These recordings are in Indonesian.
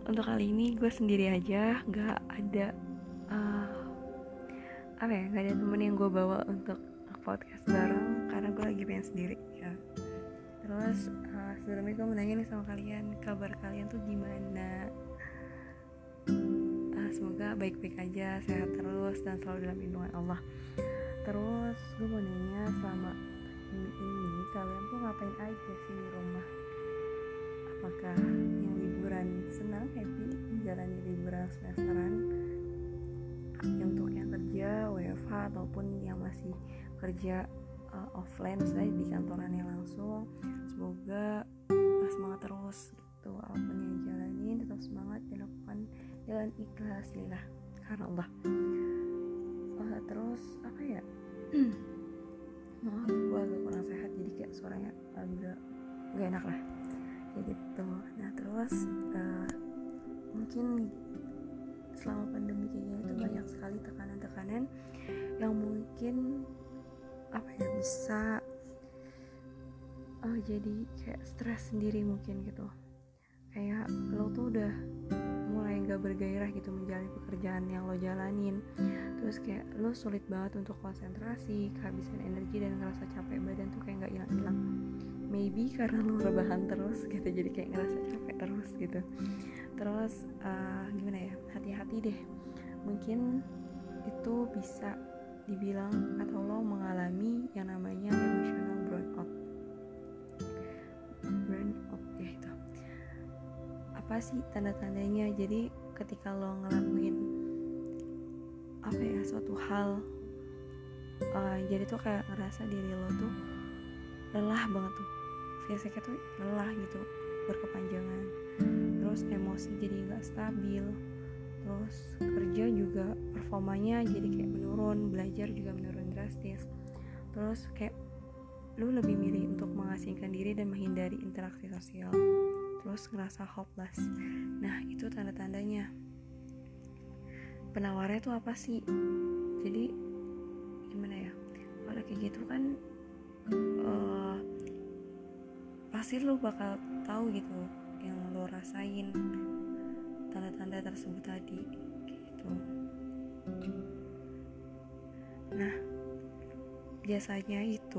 Untuk kali ini gue sendiri aja, nggak ada uh, nggak ada temen yang gue bawa untuk podcast bareng karena gue lagi pengen sendiri ya. Terus sebelumnya gue mau nanya nih sama kalian, kabar kalian tuh gimana? Semoga baik-baik aja, sehat terus dan selalu dalam lindungan Allah. Terus gue mau nanya, selama pandemi ini kalian tuh ngapain aja sih di rumah? Apakah yang liburan senang, happy menjalani liburan semesteran, untuk yang kerja WFH ataupun yang masih kerja offline, saya di kantorannya langsung, semoga semangat terus gitu, apapun yang jalanin tetap semangat dan lakukan dengan ikhlas lillah karena Allah. Terus apa ya, maaf gue agak kurang sehat jadi kayak suaranya agak gak enak lah kayak gitu. Nah terus mungkin selama pandemi kayak gini tuh banyak sekali tekanan-tekanan yang mungkin bisa jadi kayak stres sendiri mungkin gitu. Kayak lo tuh udah mulai gak bergairah gitu menjalani pekerjaan yang lo jalanin. Terus kayak lo sulit banget untuk konsentrasi, kehabisan energi dan ngerasa capek badan tuh kayak gak hilang-hilang. Maybe karena lo rebahan terus gitu, jadi kayak ngerasa capek terus gitu. Terus gimana ya, hati-hati deh, mungkin itu bisa dibilang atau lo mengalami yang namanya emotional burnout ya itu. Apa sih tanda-tandanya? Jadi ketika lo ngelakuin suatu hal, jadi tuh kayak ngerasa diri lo tuh lelah banget tuh, fisiknya tuh lelah gitu berkepanjangan. Terus emosi jadi gak stabil. Terus kerja juga performanya jadi kayak menurun, belajar juga menurun drastis. Terus kayak lu lebih milih untuk mengasingkan diri dan menghindari interaksi sosial. Terus ngerasa hopeless. Nah itu tanda-tandanya. Penawarnya tuh apa sih? Jadi gimana ya, kalau kayak gitu kan pasti lu bakal tahu gitu yang lo rasain, tanda-tanda tersebut tadi gitu. Nah biasanya itu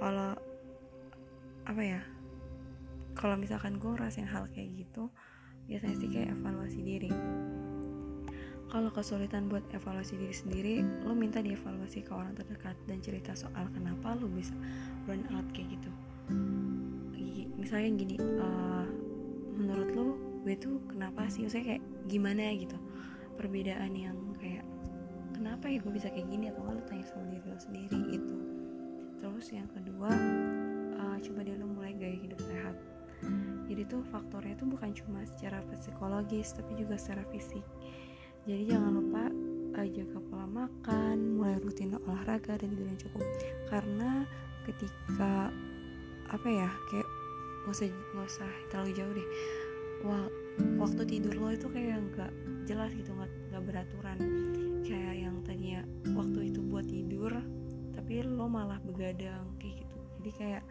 kalau misalkan gue ngerasain hal kayak gitu, biasanya sih kayak evaluasi diri. Kalau kesulitan buat evaluasi diri sendiri, lo minta dievaluasi ke orang terdekat dan cerita soal kenapa lo bisa burn out kayak gitu. Misalnya gini, menurut lo gue tuh kenapa sih, maksudnya kayak gimana gitu perbedaan yang kayak kenapa ya gue bisa kayak gini, atau lo tanya sama diri lo sendiri gitu. Terus yang kedua, coba deh lo mulai gaya hidup sehat. Jadi tuh faktornya tuh bukan cuma secara psikologis tapi juga secara fisik. Jadi jangan lupa jaga pola makan, mulai rutin olahraga dan tidur yang cukup. Karena ketika kayak nggak usah terlalu jauh deh. Waktu tidur lo itu kayak nggak jelas gitu, nggak beraturan. Kayak yang tadinya waktu itu buat tidur, tapi lo malah begadang kayak gitu. Jadi kayak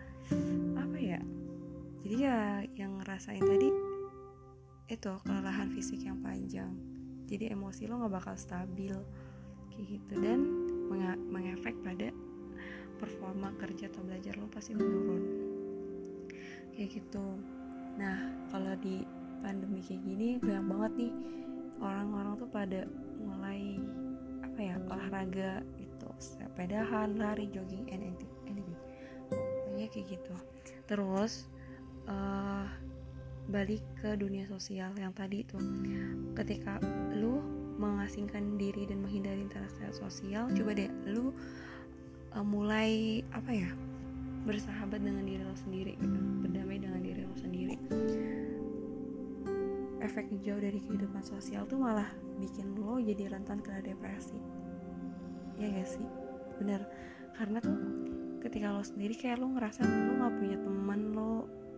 jadi ya yang ngerasain tadi itu kelelahan fisik yang panjang. Jadi emosi lo gak bakal stabil kayak gitu, dan mengefek pada performa kerja atau belajar lo pasti menurun kayak gitu. Nah kalau di pandemi kayak gini banyak banget nih orang-orang tuh pada mulai olahraga gitu, sepedahan, lari, jogging, anything pokoknya kayak gitu. Terus balik ke dunia sosial yang tadi tuh, ketika lu mengasingkan diri dan menghindari interaksi sosial, coba deh lu mulai bersahabat dengan diri lo sendiri gitu, berdamai dengan diri lo sendiri. Efek jauh dari kehidupan sosial tuh malah bikin lo jadi rentan kena depresi, ya gak sih? Bener, karena tuh ketika lo sendiri kayak lo ngerasa lo gak punya teman, lo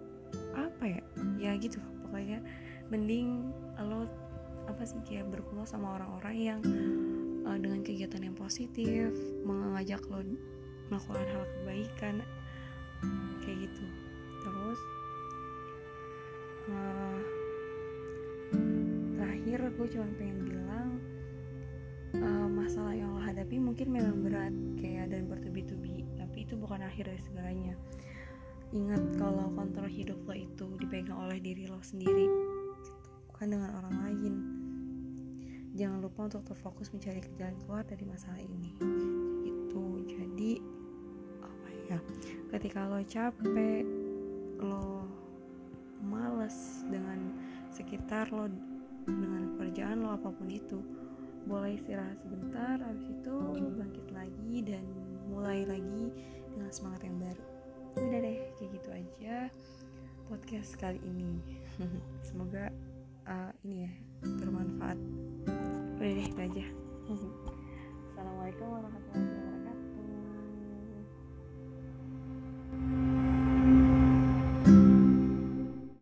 ya gitu pokoknya. Mending lo kayak berkumpul sama orang-orang yang dengan kegiatan yang positif, mengajak lo melakukan hal kebaikan kayak gitu. Terus Gue cuma pengen bilang, masalah yang lo hadapi mungkin memang berat kayak dan bertubi-tubi, tapi itu bukan akhir dari segalanya. Ingat kalau kontrol hidup lo itu dipegang oleh diri lo sendiri, bukan dengan orang lain. Jangan lupa untuk terfokus mencari jalan keluar dari masalah ini. Itu jadi ketika lo capek, lo males dengan sekitar lo, dengan kerjaan lo apapun itu, boleh istirahat sebentar, habis itu bangkit lagi dan mulai lagi dengan semangat yang baru. Udah deh, kayak gitu aja podcast kali ini. Semoga ini ya bermanfaat. Udah deh, itu aja. Assalamualaikum warahmatullahi wabarakatuh.